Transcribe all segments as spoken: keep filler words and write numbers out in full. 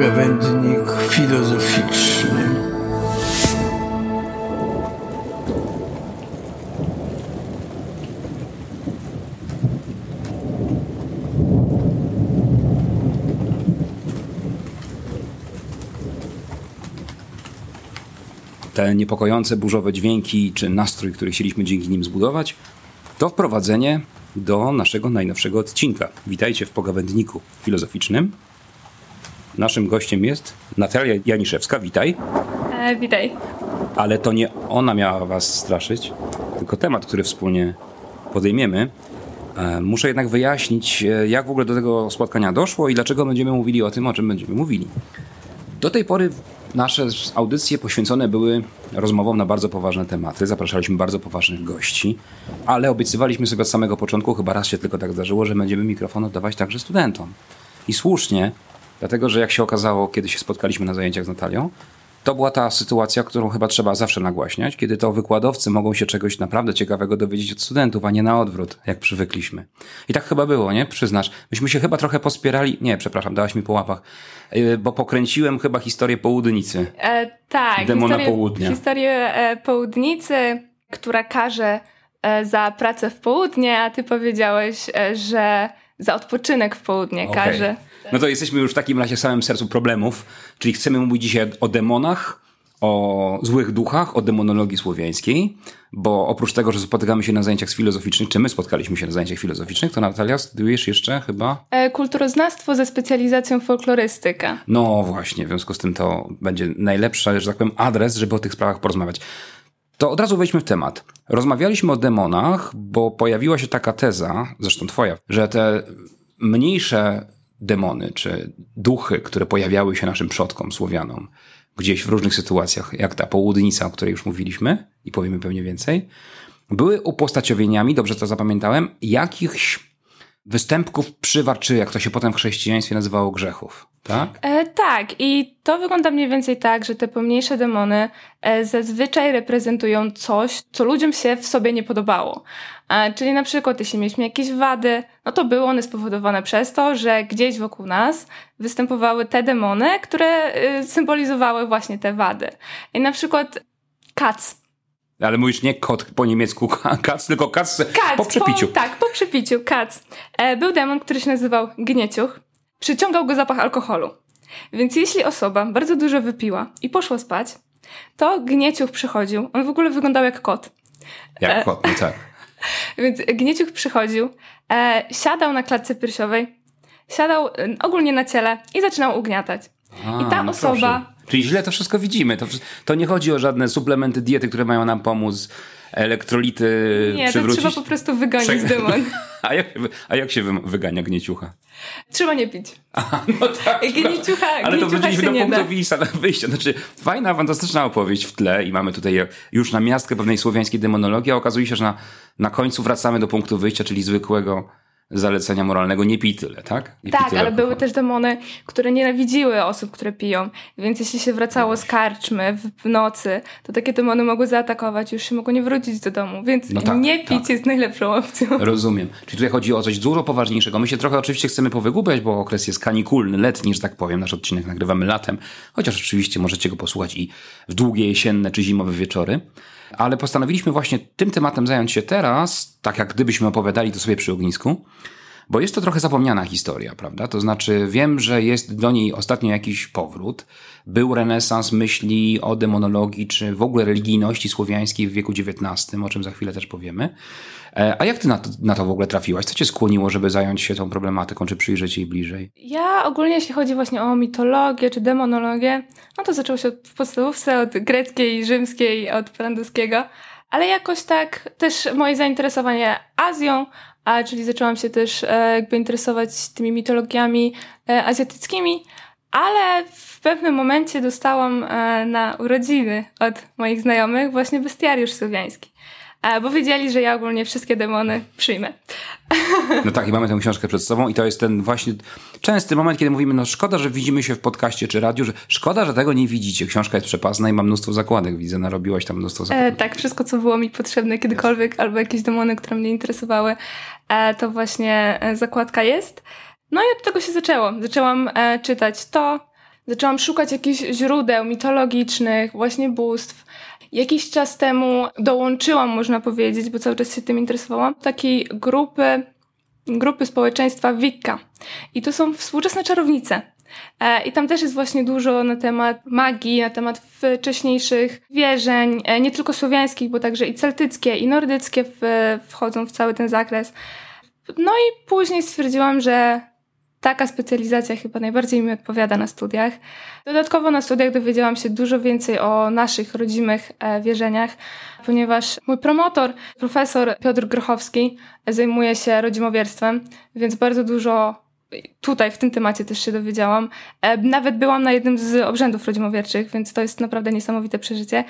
Pogawędnik filozoficzny. Te niepokojące, burzowe dźwięki, czy nastrój, który chcieliśmy dzięki nim zbudować, to wprowadzenie do naszego najnowszego odcinka. Witajcie w Pogawędniku filozoficznym. Naszym gościem jest Natalia Janiszewska. Witaj. E, witaj. Ale to nie ona miała was straszyć, tylko temat, który wspólnie podejmiemy. E, muszę jednak wyjaśnić, jak w ogóle do tego spotkania doszło i dlaczego będziemy mówili o tym, o czym będziemy mówili. Do tej pory nasze audycje poświęcone były rozmowom na bardzo poważne tematy. Zapraszaliśmy bardzo poważnych gości, ale obiecywaliśmy sobie od samego początku, chyba raz się tylko tak zdarzyło, że będziemy mikrofon oddawać także studentom. I słusznie, dlatego że jak się okazało, kiedy się spotkaliśmy na zajęciach z Natalią, to była ta sytuacja, którą chyba trzeba zawsze nagłaśniać, kiedy to wykładowcy mogą się czegoś naprawdę ciekawego dowiedzieć od studentów, a nie na odwrót, jak przywykliśmy. I tak chyba było, nie? Przyznasz. Myśmy się chyba trochę pospierali. Nie, przepraszam, dałaś mi po łapach. Yy, bo pokręciłem chyba historię Południcy. E, tak. Demona historię, Południa. Historię e, Południcy, która karze e, za pracę w południe, a ty powiedziałeś, e, że za odpoczynek w południe Okay. karze. No to jesteśmy już w takim razie w samym sercu problemów, czyli chcemy mówić dzisiaj o demonach, o złych duchach, o demonologii słowiańskiej, bo oprócz tego, że spotykamy się na zajęciach filozoficznych, czy my spotkaliśmy się na zajęciach filozoficznych, to Natalia, studiujesz jeszcze chyba? E, kulturoznawstwo ze specjalizacją folklorystyka. No właśnie, w związku z tym to będzie najlepszy, że tak powiem, adres, żeby o tych sprawach porozmawiać. To od razu wejdźmy w temat. Rozmawialiśmy o demonach, bo pojawiła się taka teza, zresztą twoja, że te mniejsze demony, czy duchy, które pojawiały się naszym przodkom, Słowianom, gdzieś w różnych sytuacjach, jak ta południca, o której już mówiliśmy i powiemy pewnie więcej, były upostaciowieniami, dobrze to zapamiętałem, jakichś występków przywar, czy jak to się potem w chrześcijaństwie nazywało, grzechów, tak? E, tak, i to wygląda mniej więcej tak, że te pomniejsze demony e, zazwyczaj reprezentują coś, co ludziom się w sobie nie podobało. E, czyli na przykład, jeśli mieliśmy jakieś wady, no to były one spowodowane przez to, że gdzieś wokół nas występowały te demony, które e, symbolizowały właśnie te wady. I na przykład kac. Ale mówisz nie kot po niemiecku kac, tylko kac, kac po przepiciu. Po, tak, po przepiciu, kac. E, był demon, który się nazywał Gnieciuch. Przyciągał go zapach alkoholu. Więc jeśli osoba bardzo dużo wypiła i poszła spać, to Gnieciuch przychodził. On w ogóle wyglądał jak kot. Jak e, kot, no tak. Więc Gnieciuch przychodził, e, siadał na klatce piersiowej, siadał e, ogólnie na ciele i zaczynał ugniatać. A, I ta no osoba... Proszę. Czyli źle to wszystko widzimy. To, to nie chodzi o żadne suplementy diety, które mają nam pomóc, elektrolity nie, przywrócić. Nie, to trzeba po prostu wygonić Prze... demon. a, jak, a jak się wygania Gnieciucha? Trzeba nie pić. A, no tak. Gnieciucha, ale to wróciliśmy do punktu da. wyjścia. Znaczy, fajna, fantastyczna opowieść w tle i mamy tutaj już namiastkę pewnej słowiańskiej demonologii, a okazuje się, że na, na końcu wracamy do punktu wyjścia, czyli zwykłego zalecenia moralnego, nie pij tyle, tak? Nie tak, tyle ale alkoholu. Były też demony, które nienawidziły osób, które piją. Więc jeśli się wracało z karczmy w nocy, to takie demony mogły zaatakować i już się mogło nie wrócić do domu. Więc no tak, nie pić tak. jest najlepszą opcją. Rozumiem. Czyli tutaj chodzi o coś dużo poważniejszego. My się trochę oczywiście chcemy powygłupiać, bo okres jest kanikulny, letni, że tak powiem. Nasz odcinek nagrywamy latem. Chociaż oczywiście możecie go posłuchać i w długie jesienne czy zimowe wieczory. Ale postanowiliśmy właśnie tym tematem zająć się teraz, tak jak gdybyśmy opowiadali to sobie przy ognisku, bo jest to trochę zapomniana historia, prawda? To znaczy wiem, że jest do niej ostatnio jakiś powrót. Był renesans myśli o demonologii, czy w ogóle religijności słowiańskiej w wieku dziewiętnastym, o czym za chwilę też powiemy. A jak ty na to, na to w ogóle trafiłaś? Co cię skłoniło, żeby zająć się tą problematyką, czy przyjrzeć jej bliżej? Ja ogólnie, jeśli chodzi właśnie o mitologię, czy demonologię, no to zaczęło się od, w podstawówce od greckiej, rzymskiej, od francuskiego, ale jakoś tak też moje zainteresowanie Azją, a czyli zaczęłam się też e, jakby interesować tymi mitologiami e, azjatyckimi, ale w pewnym momencie dostałam e, na urodziny od moich znajomych właśnie bestiariusz słowiański. Bo wiedzieli, że ja ogólnie wszystkie demony przyjmę. No tak, i mamy tę książkę przed sobą i to jest ten właśnie częsty moment, kiedy mówimy, no szkoda, że widzimy się w podcaście czy radiu, że szkoda, że tego nie widzicie. Książka jest przepasna i ma mnóstwo zakładek. Widzę, narobiłaś tam mnóstwo zakładek. E, tak, wszystko, co było mi potrzebne kiedykolwiek, albo jakieś demony, które mnie interesowały, e, to właśnie zakładka jest. No i od tego się zaczęło. Zaczęłam e, czytać to. Zaczęłam szukać jakichś źródeł mitologicznych, właśnie bóstw. Jakiś czas temu dołączyłam, można powiedzieć, bo cały czas się tym interesowałam, takiej grupy, grupy społeczeństwa Wicca. I to są współczesne czarownice. I tam też jest właśnie dużo na temat magii, na temat wcześniejszych wierzeń, nie tylko słowiańskich, bo także i celtyckie, i nordyckie wchodzą w cały ten zakres. No i później stwierdziłam, że taka specjalizacja chyba najbardziej mi odpowiada na studiach. Dodatkowo na studiach dowiedziałam się dużo więcej o naszych rodzimych wierzeniach, ponieważ mój promotor, profesor Piotr Grochowski, zajmuje się rodzimowierstwem, więc bardzo dużo tutaj w tym temacie też się dowiedziałam. Nawet byłam na jednym z obrzędów rodzimowierczych, więc to jest naprawdę niesamowite przeżycie.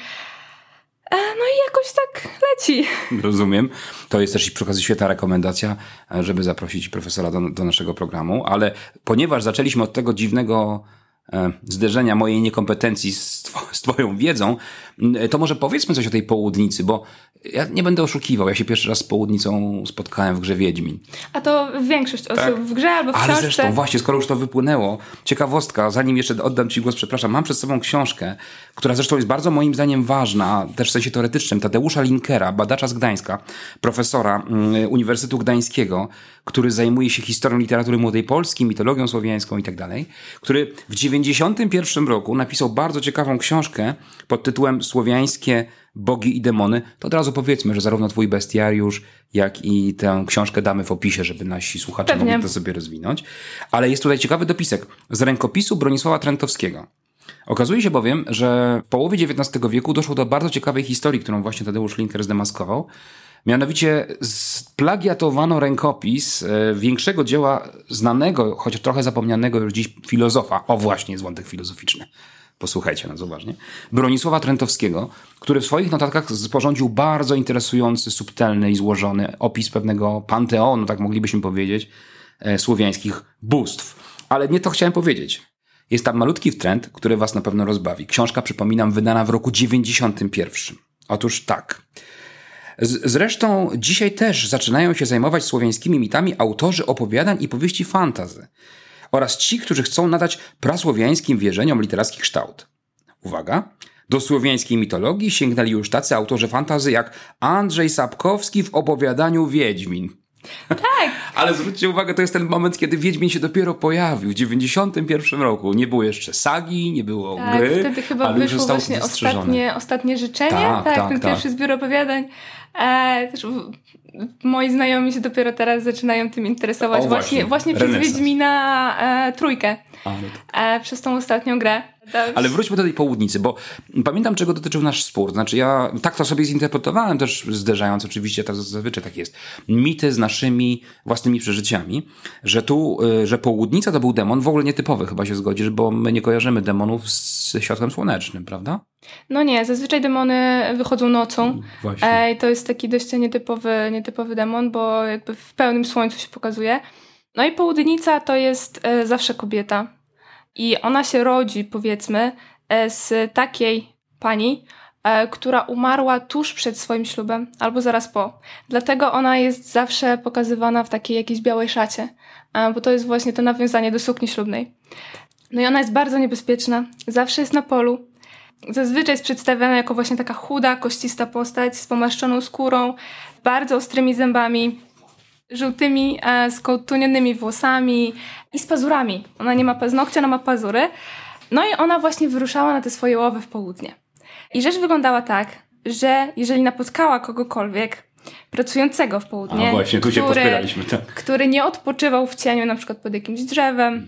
No i jakoś tak leci. Rozumiem. To jest też przy okazji świetna rekomendacja, żeby zaprosić profesora do, do naszego programu, ale ponieważ zaczęliśmy od tego dziwnego e, zderzenia mojej niekompetencji z, two, z twoją wiedzą, to może powiedzmy coś o tej południcy, bo ja nie będę oszukiwał, ja się pierwszy raz z południcą spotkałem w grze Wiedźmin. A to większość osób tak? w grze albo w książce. Ale zresztą właśnie, skoro już to wypłynęło, ciekawostka, zanim jeszcze oddam ci głos, przepraszam, mam przed sobą książkę, która zresztą jest bardzo moim zdaniem ważna, też w sensie teoretycznym, Tadeusza Linkera, badacza z Gdańska, profesora um, Uniwersytetu Gdańskiego, który zajmuje się historią literatury młodej Polski, mitologią słowiańską i tak dalej, który w dziewięćdziesiątym pierwszym roku napisał bardzo ciekawą książkę pod tytułem Słowiańskie bogi i demony. To od razu powiedzmy, że zarówno twój bestiariusz, jak i tę książkę damy w opisie, żeby nasi słuchacze Pewnie. mogli to sobie rozwinąć. Ale jest tutaj ciekawy dopisek z rękopisu Bronisława Trentowskiego. Okazuje się bowiem, że w połowie dziewiętnastego wieku doszło do bardzo ciekawej historii, którą właśnie Tadeusz Linker zdemaskował. Mianowicie splagiatowano rękopis większego dzieła znanego, choć trochę zapomnianego już dziś filozofa. O właśnie, jest wątek filozoficzny. Posłuchajcie nas uważnie. Bronisława Trentowskiego, który w swoich notatkach sporządził bardzo interesujący, subtelny i złożony opis pewnego panteonu, tak moglibyśmy powiedzieć, e, słowiańskich bóstw. Ale nie to chciałem powiedzieć. Jest tam malutki wtręt, który was na pewno rozbawi. Książka, przypominam, wydana w roku dziewięćdziesiątym pierwszym. Otóż tak. Z, zresztą dzisiaj też zaczynają się zajmować słowiańskimi mitami autorzy opowiadań i powieści fantasy oraz ci, którzy chcą nadać prasłowiańskim wierzeniom literacki kształt. Uwaga! Do słowiańskiej mitologii sięgnęli już tacy autorzy fantazy jak Andrzej Sapkowski w opowiadaniu Wiedźmin. Tak. Ale zwróćcie uwagę, to jest ten moment, kiedy Wiedźmin się dopiero pojawił. W dziewięćdziesiątym pierwszym roku. Nie było jeszcze sagi, nie było tak, gry, wtedy chyba ale wyszło już został właśnie dostrzeżony. ostatnie, ostatnie życzenie. Tak, tak, tak, ten tak. pierwszy zbiór opowiadań. E, też w, moi znajomi się dopiero teraz zaczynają tym interesować. O, właśnie, właśnie właśnie przez renesans. Wiedźmina e, trójkę. Ale tak. E, przez tą ostatnią grę. Dobrze. Ale wróćmy do tej południcy, bo pamiętam, czego dotyczył nasz spór. Znaczy ja tak to sobie zinterpretowałem, też zderzając oczywiście, to zazwyczaj tak jest, mity z naszymi własnymi przeżyciami, że tu, że południca to był demon w ogóle nietypowy, chyba się zgodzisz, bo my nie kojarzymy demonów z światłem słonecznym, prawda? No nie, zazwyczaj demony wychodzą nocą. Właśnie. E, I to jest taki dość nietypowy, nietypowy demon, bo jakby w pełnym słońcu się pokazuje. No i południca to jest e, zawsze kobieta. I ona się rodzi, powiedzmy, z takiej pani, która umarła tuż przed swoim ślubem albo zaraz po. Dlatego ona jest zawsze pokazywana w takiej jakiejś białej szacie, bo to jest właśnie to nawiązanie do sukni ślubnej. No i ona jest bardzo niebezpieczna, zawsze jest na polu. Zazwyczaj jest przedstawiana jako właśnie taka chuda, koścista postać z pomarszczoną skórą, bardzo ostrymi zębami, żółtymi, e, skołtunionymi włosami i z pazurami. Ona nie ma paznokcia, ona ma pazury. No i ona właśnie wyruszała na te swoje łowy w południe. I rzecz wyglądała tak, że jeżeli napotkała kogokolwiek pracującego w południe, A właśnie, tu który, się pospieraliśmy, tak. który nie odpoczywał w cieniu, na przykład pod jakimś drzewem,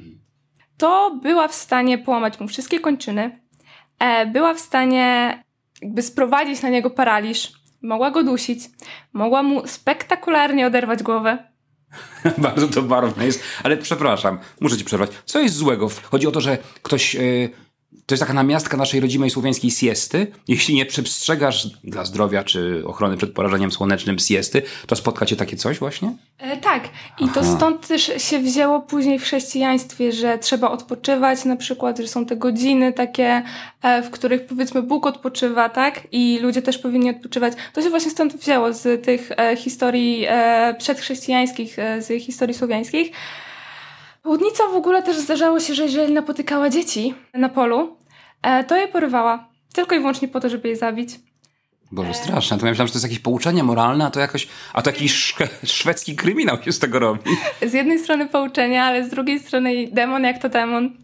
to była w stanie połamać mu wszystkie kończyny, e, była w stanie jakby sprowadzić na niego paraliż, mogła go dusić, mogła mu spektakularnie oderwać głowę. Bardzo to barwne jest, ale przepraszam, muszę ci przerwać. Co jest złego? Chodzi o to, że ktoś... Yy, to jest taka namiastka naszej rodzimej słowiańskiej siesty. Jeśli nie przestrzegasz dla zdrowia czy ochrony przed porażeniem słonecznym siesty, to spotka cię takie coś właśnie? E, tak. I Aha. to stąd też się wzięło później w chrześcijaństwie, że trzeba odpoczywać, na przykład, że są te godziny takie, e, w których powiedzmy Bóg odpoczywa, tak? I ludzie też powinni odpoczywać. To się właśnie stąd wzięło z tych e, historii e, przedchrześcijańskich, e, z historii słowiańskich. Południca w ogóle też zdarzało się, że jeżeli napotykała dzieci na polu, to je porywała. Tylko i wyłącznie po to, żeby je zabić. Boże, straszne. To ja myślałam, że to jest jakieś pouczenie moralne, a to jakoś, a to jakiś szwe, szwedzki kryminał się z tego robi. Z jednej strony pouczenie, ale z drugiej strony demon jak to demon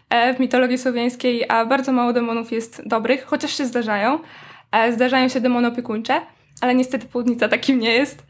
w mitologii słowiańskiej, a bardzo mało demonów jest dobrych, chociaż się zdarzają. Zdarzają się demony opiekuńcze, ale niestety południca takim nie jest.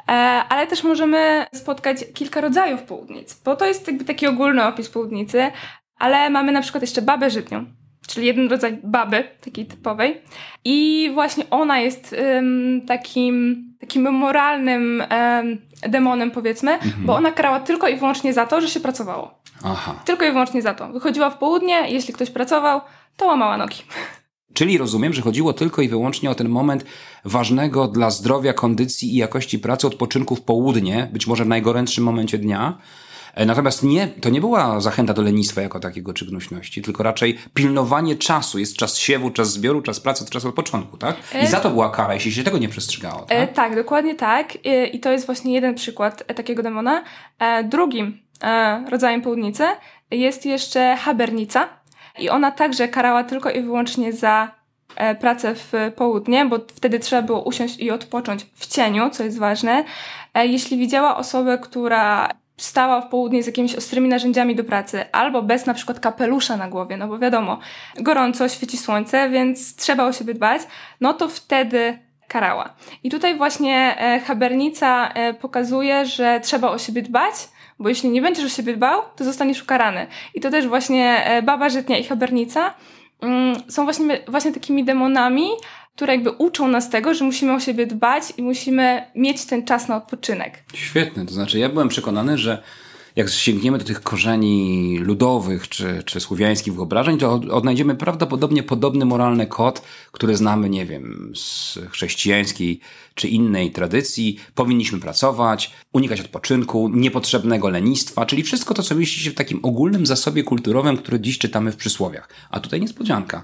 Ale też możemy spotkać kilka rodzajów południc, bo to jest jakby taki ogólny opis południcy, ale mamy na przykład jeszcze babę żytnią, czyli jeden rodzaj baby, takiej typowej. I właśnie ona jest um, takim, takim moralnym um, demonem, powiedzmy, mhm. bo ona karała tylko i wyłącznie za to, że się pracowało. Aha. Tylko i wyłącznie za to. Wychodziła w południe, jeśli ktoś pracował, to łamała nogi. Czyli rozumiem, że chodziło tylko i wyłącznie o ten moment ważnego dla zdrowia, kondycji i jakości pracy odpoczynku w południe, być może w najgorętszym momencie dnia. Natomiast nie, to nie była zachęta do lenistwa jako takiego czy gnuśności, tylko raczej pilnowanie czasu. Jest czas siewu, czas zbioru, czas pracy, czas odpoczynku, tak? I za to była kara, jeśli się tego nie przestrzegało, tak? E, tak, dokładnie tak. I to jest właśnie jeden przykład takiego demona. E, drugim e, rodzajem południcy jest jeszcze habernica. I ona także karała tylko i wyłącznie za e, pracę w południe, bo wtedy trzeba było usiąść i odpocząć w cieniu, co jest ważne. E, jeśli widziała osobę, która stała w południe z jakimiś ostrymi narzędziami do pracy, albo bez na przykład kapelusza na głowie, no bo wiadomo, gorąco, świeci słońce, więc trzeba o siebie dbać, no to wtedy karała. I tutaj właśnie e, habernica e, pokazuje, że trzeba o siebie dbać, bo jeśli nie będziesz o siebie dbał, to zostaniesz ukarany. I to też właśnie e, baba żytnia i habernica mm, są właśnie, właśnie takimi demonami, które jakby uczą nas tego, że musimy o siebie dbać i musimy mieć ten czas na odpoczynek. Świetne, to znaczy ja byłem przekonany, że jak sięgniemy do tych korzeni ludowych czy, czy słowiańskich wyobrażeń, to odnajdziemy prawdopodobnie podobny moralny kod, który znamy, nie wiem, z chrześcijańskiej czy innej tradycji. Powinniśmy pracować, unikać odpoczynku, niepotrzebnego lenistwa, czyli wszystko to, co mieści się w takim ogólnym zasobie kulturowym, który dziś czytamy w przysłowiach. A tutaj niespodzianka.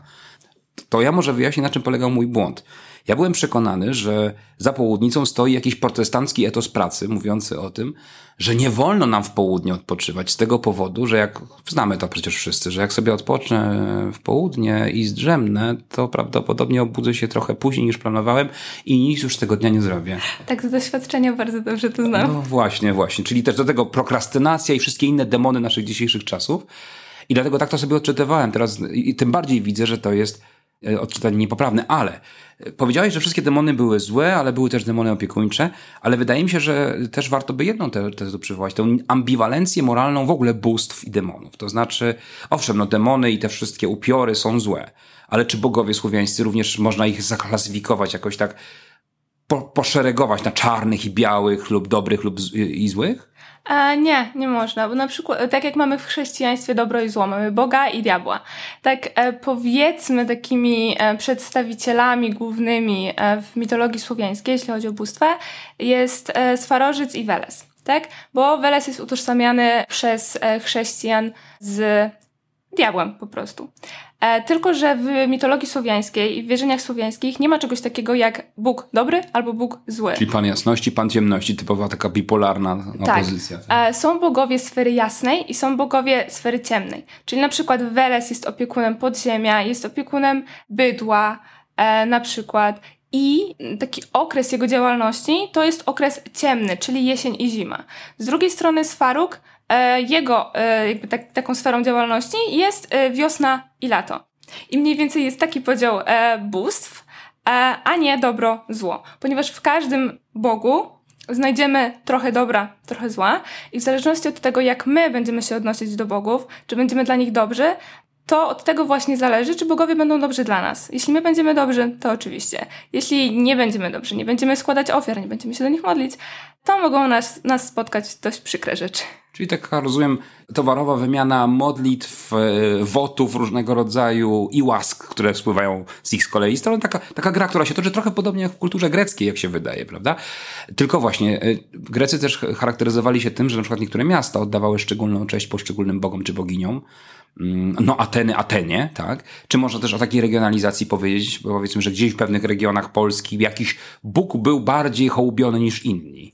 To ja może wyjaśnię, na czym polegał mój błąd. Ja byłem przekonany, że za południcą stoi jakiś protestancki etos pracy, mówiący o tym, że nie wolno nam w południe odpoczywać z tego powodu, że jak, znamy to przecież wszyscy, że jak sobie odpocznę w południe i zdrzemnę, to prawdopodobnie obudzę się trochę później niż planowałem i nic już tego dnia nie zrobię. Tak, z doświadczenia bardzo dobrze to znam. No właśnie, właśnie. Czyli też do tego prokrastynacja i wszystkie inne demony naszych dzisiejszych czasów. I dlatego tak to sobie odczytywałem. Teraz i tym bardziej widzę, że to jest odczytanie niepoprawne, ale powiedziałeś, że wszystkie demony były złe, ale były też demony opiekuńcze, ale wydaje mi się, że też warto by jedną tezę tu przywołać, tę ambiwalencję moralną w ogóle bóstw i demonów. To znaczy, owszem, no demony i te wszystkie upiory są złe, ale czy bogowie słowiańscy również można ich zaklasyfikować jakoś tak, po, poszeregować na czarnych i białych lub dobrych lub z, i złych? E, nie, nie można, bo na przykład tak jak mamy w chrześcijaństwie dobro i zło, mamy Boga i diabła. Tak e, powiedzmy takimi e, przedstawicielami głównymi e, w mitologii słowiańskiej, jeśli chodzi o bóstwa, jest e, Swarożyc i Weles, tak? Bo Weles jest utożsamiany przez e, chrześcijan z diabłem po prostu. E, tylko, że w mitologii słowiańskiej i w wierzeniach słowiańskich nie ma czegoś takiego jak Bóg dobry albo Bóg zły. Czyli Pan jasności, Pan ciemności, typowa taka bipolarna opozycja. Tak. E, są bogowie sfery jasnej i są bogowie sfery ciemnej. Czyli na przykład Weles jest opiekunem podziemia, jest opiekunem bydła e, na przykład. I taki okres jego działalności to jest okres ciemny, czyli jesień i zima. Z drugiej strony Sfaruk, jego jakby tak, taką sferą działalności jest wiosna i lato. I mniej więcej jest taki podział bóstw, a nie dobro, zło. Ponieważ w każdym bogu znajdziemy trochę dobra, trochę zła i w zależności od tego, jak my będziemy się odnosić do bogów, czy będziemy dla nich dobrzy, to od tego właśnie zależy, czy bogowie będą dobrzy dla nas. Jeśli my będziemy dobrzy, to oczywiście. Jeśli nie będziemy dobrzy, nie będziemy składać ofiar, nie będziemy się do nich modlić, to mogą nas, nas spotkać dość przykre rzeczy. Czyli taka, rozumiem, towarowa wymiana modlitw, wotów różnego rodzaju i łask, które spływają z ich z kolei. To taka, taka gra, która się toczy trochę podobnie jak w kulturze greckiej, jak się wydaje, prawda? Tylko właśnie Grecy też charakteryzowali się tym, że na przykład niektóre miasta oddawały szczególną cześć poszczególnym bogom czy boginiom. No Ateny, Atenie, tak? Czy można też o takiej regionalizacji powiedzieć, bo powiedzmy, że gdzieś w pewnych regionach Polski jakiś bóg był bardziej hołubiony niż inni?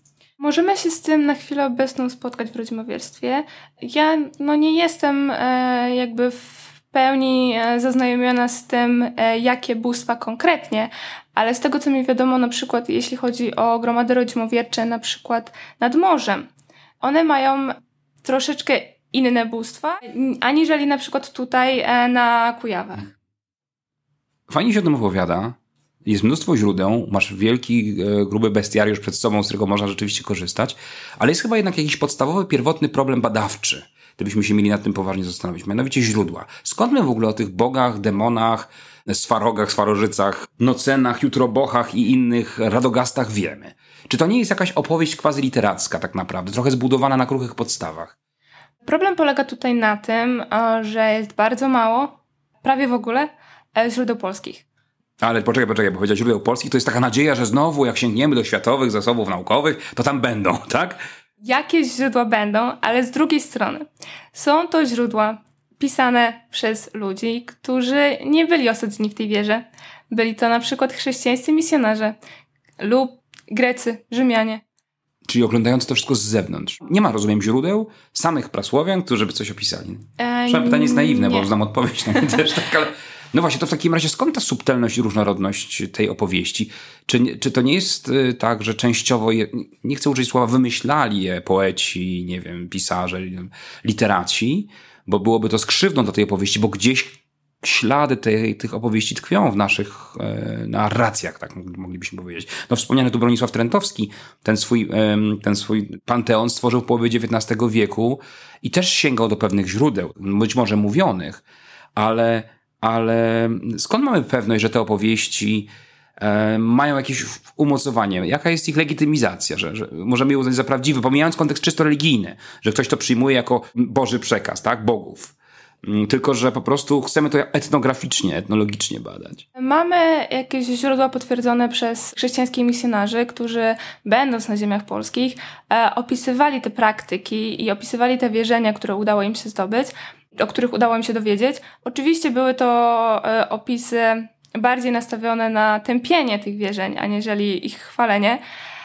Możemy się z tym na chwilę obecną spotkać w rodzimowierstwie. Ja no, nie jestem e, jakby w pełni e, zaznajomiona z tym, e, jakie bóstwa konkretnie, ale z tego, co mi wiadomo, na przykład jeśli chodzi o gromady rodzimowiercze, na przykład nad morzem, one mają troszeczkę inne bóstwa, aniżeli na przykład tutaj e, na Kujawach. Fajnie się o tym opowiada. Jest mnóstwo źródeł, masz wielki, e, gruby bestiariusz przed sobą, z którego można rzeczywiście korzystać, ale jest chyba jednak jakiś podstawowy, pierwotny problem badawczy, gdybyśmy się mieli nad tym poważnie zastanowić, mianowicie źródła. Skąd my w ogóle o tych bogach, demonach, swarogach, swarożycach, nocenach, jutrobochach i innych radogastach wiemy? Czy to nie jest jakaś opowieść quasi-literacka tak naprawdę, trochę zbudowana na kruchych podstawach? Problem polega tutaj na tym, że jest bardzo mało, prawie w ogóle, źródeł polskich. Ale poczekaj, poczekaj, bo powiedział źródeł polskich, to jest taka nadzieja, że znowu jak sięgniemy do światowych zasobów naukowych, to tam będą, tak? Jakieś źródła będą, ale z drugiej strony są to źródła pisane przez ludzi, którzy nie byli osadzeni w tej wierze. Byli to na przykład chrześcijańscy misjonarze lub Grecy, Rzymianie. Czyli oglądając to wszystko z zewnątrz. Nie ma, rozumiem, źródeł samych prasłowian, którzy by coś opisali. E, Przynajmniej pytanie jest naiwne, nie. bo znam odpowiedź na nie też, tak, ale... No właśnie, to w takim razie skąd ta subtelność i różnorodność tej opowieści? Czy, czy to nie jest y, tak, że częściowo, je, nie chcę użyć słowa wymyślali je poeci, nie wiem, pisarze, literaci, bo byłoby to skrzywdą do tej opowieści, bo gdzieś ślady tej, tych opowieści tkwią w naszych e, narracjach, tak moglibyśmy powiedzieć. No wspomniany tu Bronisław Trentowski, ten swój, e, ten swój panteon stworzył w połowie dziewiętnastego wieku i też sięgał do pewnych źródeł, być może mówionych, ale, ale skąd mamy pewność, że te opowieści e, mają jakieś umocowanie? Jaka jest ich legitymizacja? Że, że możemy je uznać za prawdziwe, pomijając kontekst czysto religijny, że ktoś to przyjmuje jako Boży przekaz, tak? Bogów. Tylko że po prostu chcemy to etnograficznie, etnologicznie badać. Mamy jakieś źródła potwierdzone przez chrześcijańskich misjonarzy, którzy będąc na ziemiach polskich e, opisywali te praktyki i opisywali te wierzenia, które udało im się zdobyć, o których udało im się dowiedzieć. Oczywiście były to e, opisy bardziej nastawione na tępienie tych wierzeń, aniżeli ich chwalenie.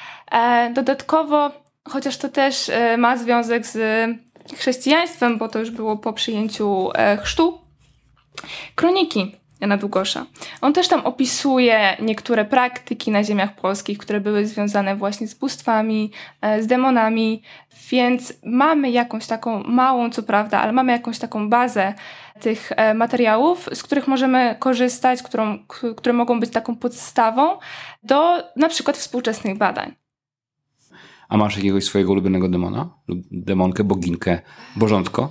E, dodatkowo, chociaż to też e, ma związek z chrześcijaństwem, bo to już było po przyjęciu e, chrztu, kroniki Jana Długosza. On też tam opisuje niektóre praktyki na ziemiach polskich, które były związane właśnie z bóstwami, e, z demonami, więc mamy jakąś taką małą, co prawda, ale mamy jakąś taką bazę tych e, materiałów, z których możemy korzystać, którą, k- które mogą być taką podstawą do na przykład współczesnych badań. A masz jakiegoś swojego ulubionego demona? Lub demonkę, boginkę, bożątko?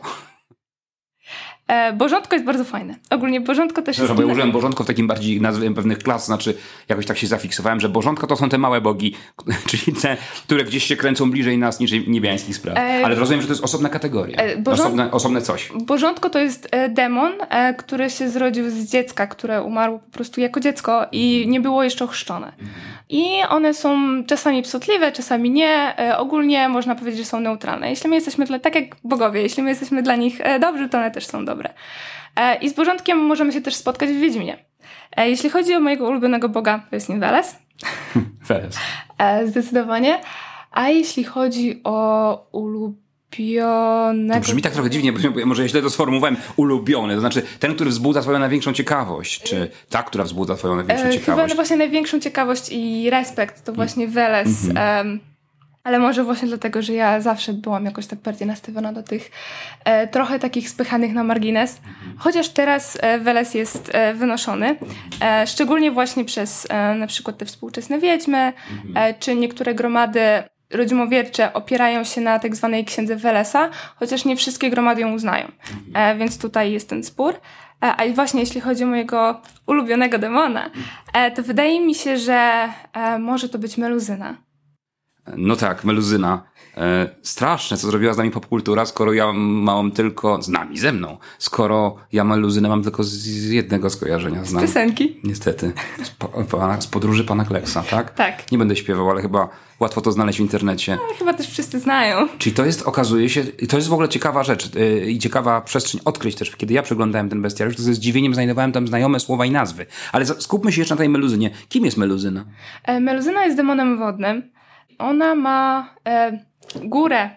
E, Bożątko jest bardzo fajne. Ogólnie Bożątko też jest... Bo ja użyłem bożątko w takim bardziej nazwie pewnych klas, znaczy jakoś tak się zafiksowałem, że bożątka to są te małe bogi, czyli te, które gdzieś się kręcą bliżej nas niż niebiańskich spraw. E, Ale rozumiem, że to jest osobna kategoria. E, bożą... osobne, osobne coś. Bożątko to jest e, demon, e, który się zrodził z dziecka, które umarło po prostu jako dziecko i nie było jeszcze ochrzczone. Mhm. I one są czasami psotliwe, czasami nie. E, ogólnie można powiedzieć, że są neutralne. Jeśli my jesteśmy dla, tak jak bogowie, jeśli my jesteśmy dla nich e, dobrzy, to one też są dobre. E, I z Bożątkiem możemy się też spotkać w Wiedźminie. E, jeśli chodzi o mojego ulubionego boga, to jest nim Weles. Weles. E, zdecydowanie. A jeśli chodzi o ulubionego... To brzmi tak trochę dziwnie, bo może ja źle to sformułowałem. Ulubiony, to znaczy ten, który wzbudza twoją największą ciekawość, czy ta, która wzbudza twoją największą e, ciekawość? Chyba właśnie największą ciekawość i respekt to właśnie Weles. Mm-hmm. Um, ale może właśnie dlatego, że ja zawsze byłam jakoś tak bardziej nastawiona do tych e, trochę takich spychanych na margines. Chociaż teraz e, Weles jest e, wynoszony. E, szczególnie właśnie przez e, na przykład te współczesne wiedźmy, e, czy niektóre gromady rodzimowiercze opierają się na tak zwanej księdze Welesa, chociaż nie wszystkie gromady ją uznają. E, więc tutaj jest ten spór. E, a i właśnie jeśli chodzi o mojego ulubionego demona, e, to wydaje mi się, że e, może to być Meluzyna. No tak, Meluzyna. E, straszne, co zrobiła z nami popkultura, skoro ja mam tylko... Z nami, ze mną. Skoro ja Meluzynę mam tylko z, z jednego skojarzenia. Znam. Z piosenki. Niestety. Z, po, pana, z podróży pana Kleksa, tak? Tak. Nie będę śpiewał, ale chyba łatwo to znaleźć w internecie. Ale chyba też wszyscy znają. Czyli to jest, okazuje się, to jest w ogóle ciekawa rzecz yy, i ciekawa przestrzeń odkryć też. Kiedy ja przeglądałem ten bestiariusz, to ze zdziwieniem znajdowałem tam znajome słowa i nazwy. Ale skupmy się jeszcze na tej Meluzynie. Kim jest Meluzyna? E, Meluzyna jest demonem wodnym. ona ma e, górę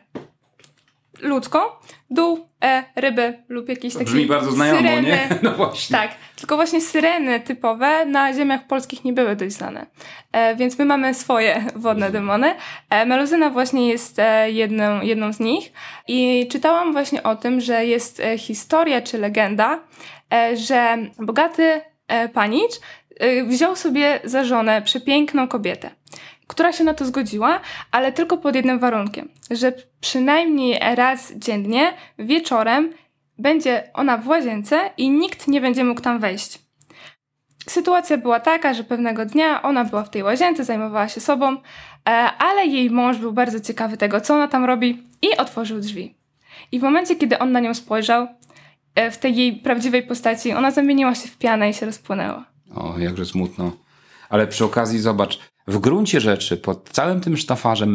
ludzką, dół, e, ryby lub jakieś takie Brzmi bardzo znajomo, syreny. nie? No właśnie. Tak, tylko właśnie syreny typowe na ziemiach polskich nie były dość znane. E, więc my mamy swoje wodne demony. E, Meluzyna właśnie jest e, jedną, jedną z nich. I czytałam właśnie o tym, że jest e, historia czy legenda, e, że bogaty e, panicz e, wziął sobie za żonę przepiękną kobietę, która się na to zgodziła, ale tylko pod jednym warunkiem, że przynajmniej raz dziennie, wieczorem, będzie ona w łazience i nikt nie będzie mógł tam wejść. Sytuacja była taka, że pewnego dnia ona była w tej łazience, zajmowała się sobą, ale jej mąż był bardzo ciekawy tego, co ona tam robi i otworzył drzwi. I w momencie, kiedy on na nią spojrzał, w tej jej prawdziwej postaci, ona zamieniła się w pianę i się rozpłynęła. O, jakże smutno. Ale przy okazji zobacz, w gruncie rzeczy pod całym tym sztafarzem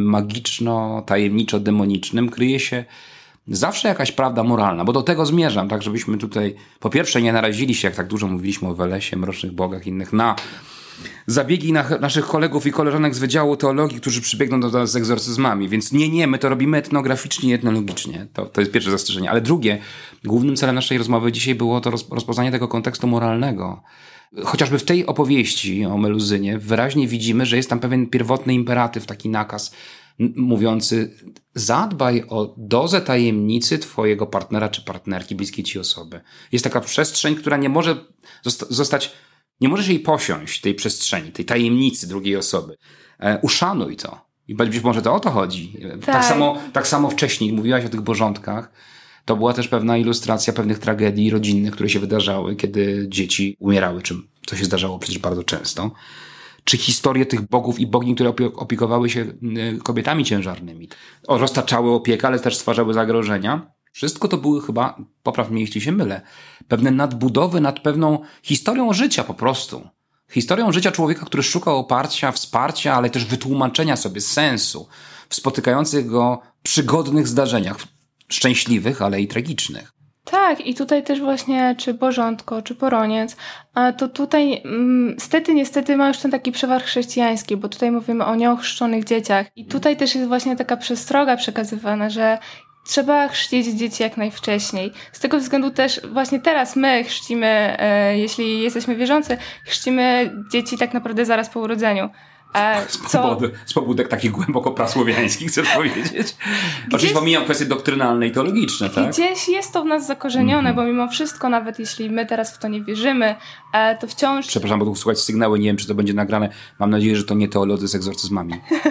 magiczno-tajemniczo-demonicznym kryje się zawsze jakaś prawda moralna, bo do tego zmierzam, tak żebyśmy tutaj po pierwsze nie narazili się, jak tak dużo mówiliśmy o Welesie, mrocznych bogach innych, na zabiegi na, naszych kolegów i koleżanek z Wydziału Teologii, którzy przybiegną do nas z egzorcyzmami, więc nie, nie, my to robimy etnograficznie i etnologicznie. To, to jest pierwsze zastrzeżenie. Ale drugie, głównym celem naszej rozmowy dzisiaj było to roz, rozpoznanie tego kontekstu moralnego. Chociażby w tej opowieści o Meluzynie wyraźnie widzimy, że jest tam pewien pierwotny imperatyw, taki nakaz n- mówiący: zadbaj o dozę tajemnicy twojego partnera czy partnerki, bliskiej ci osoby. Jest taka przestrzeń, która nie może zosta- zostać, nie możesz jej posiąść, tej przestrzeni, tej tajemnicy drugiej osoby. E, uszanuj to. I być może to o to chodzi. Tak. Tak samo, tak samo wcześniej mówiłaś o tych bożątkach. To była też pewna ilustracja pewnych tragedii rodzinnych, które się wydarzały, kiedy dzieci umierały, czym to się zdarzało przecież bardzo często. Czy historie tych bogów i bogini, które opiekowały się kobietami ciężarnymi. O, roztaczały opiekę, ale też stwarzały zagrożenia. Wszystko to były chyba, popraw mnie jeśli się mylę, pewne nadbudowy nad pewną historią życia po prostu. Historią życia człowieka, który szukał oparcia, wsparcia, ale też wytłumaczenia sobie sensu w spotykających go przygodnych zdarzeniach. Szczęśliwych, ale i tragicznych. Tak, i tutaj też właśnie, czy bożątko, czy poroniec, to tutaj mm, stety, niestety ma już ten taki przewar chrześcijański, bo tutaj mówimy o nieochrzczonych dzieciach. I tutaj też jest właśnie taka przestroga przekazywana, że trzeba chrzcić dzieci jak najwcześniej. Z tego względu też właśnie teraz my chrzcimy, e, jeśli jesteśmy wierzący, chrzcimy dzieci tak naprawdę zaraz po urodzeniu. Z, powody, z pobudek takich głęboko prasłowiańskich, chcesz powiedzieć? Oczywiście pomijam kwestie doktrynalne i teologiczne, tak? Gdzieś jest to w nas zakorzenione, mm-hmm. bo mimo wszystko, nawet jeśli my teraz w to nie wierzymy, to wciąż... Przepraszam, bo tu słuchać sygnały, nie wiem, czy to będzie nagrane. Mam nadzieję, że to nie teolodzy z egzorcyzmami.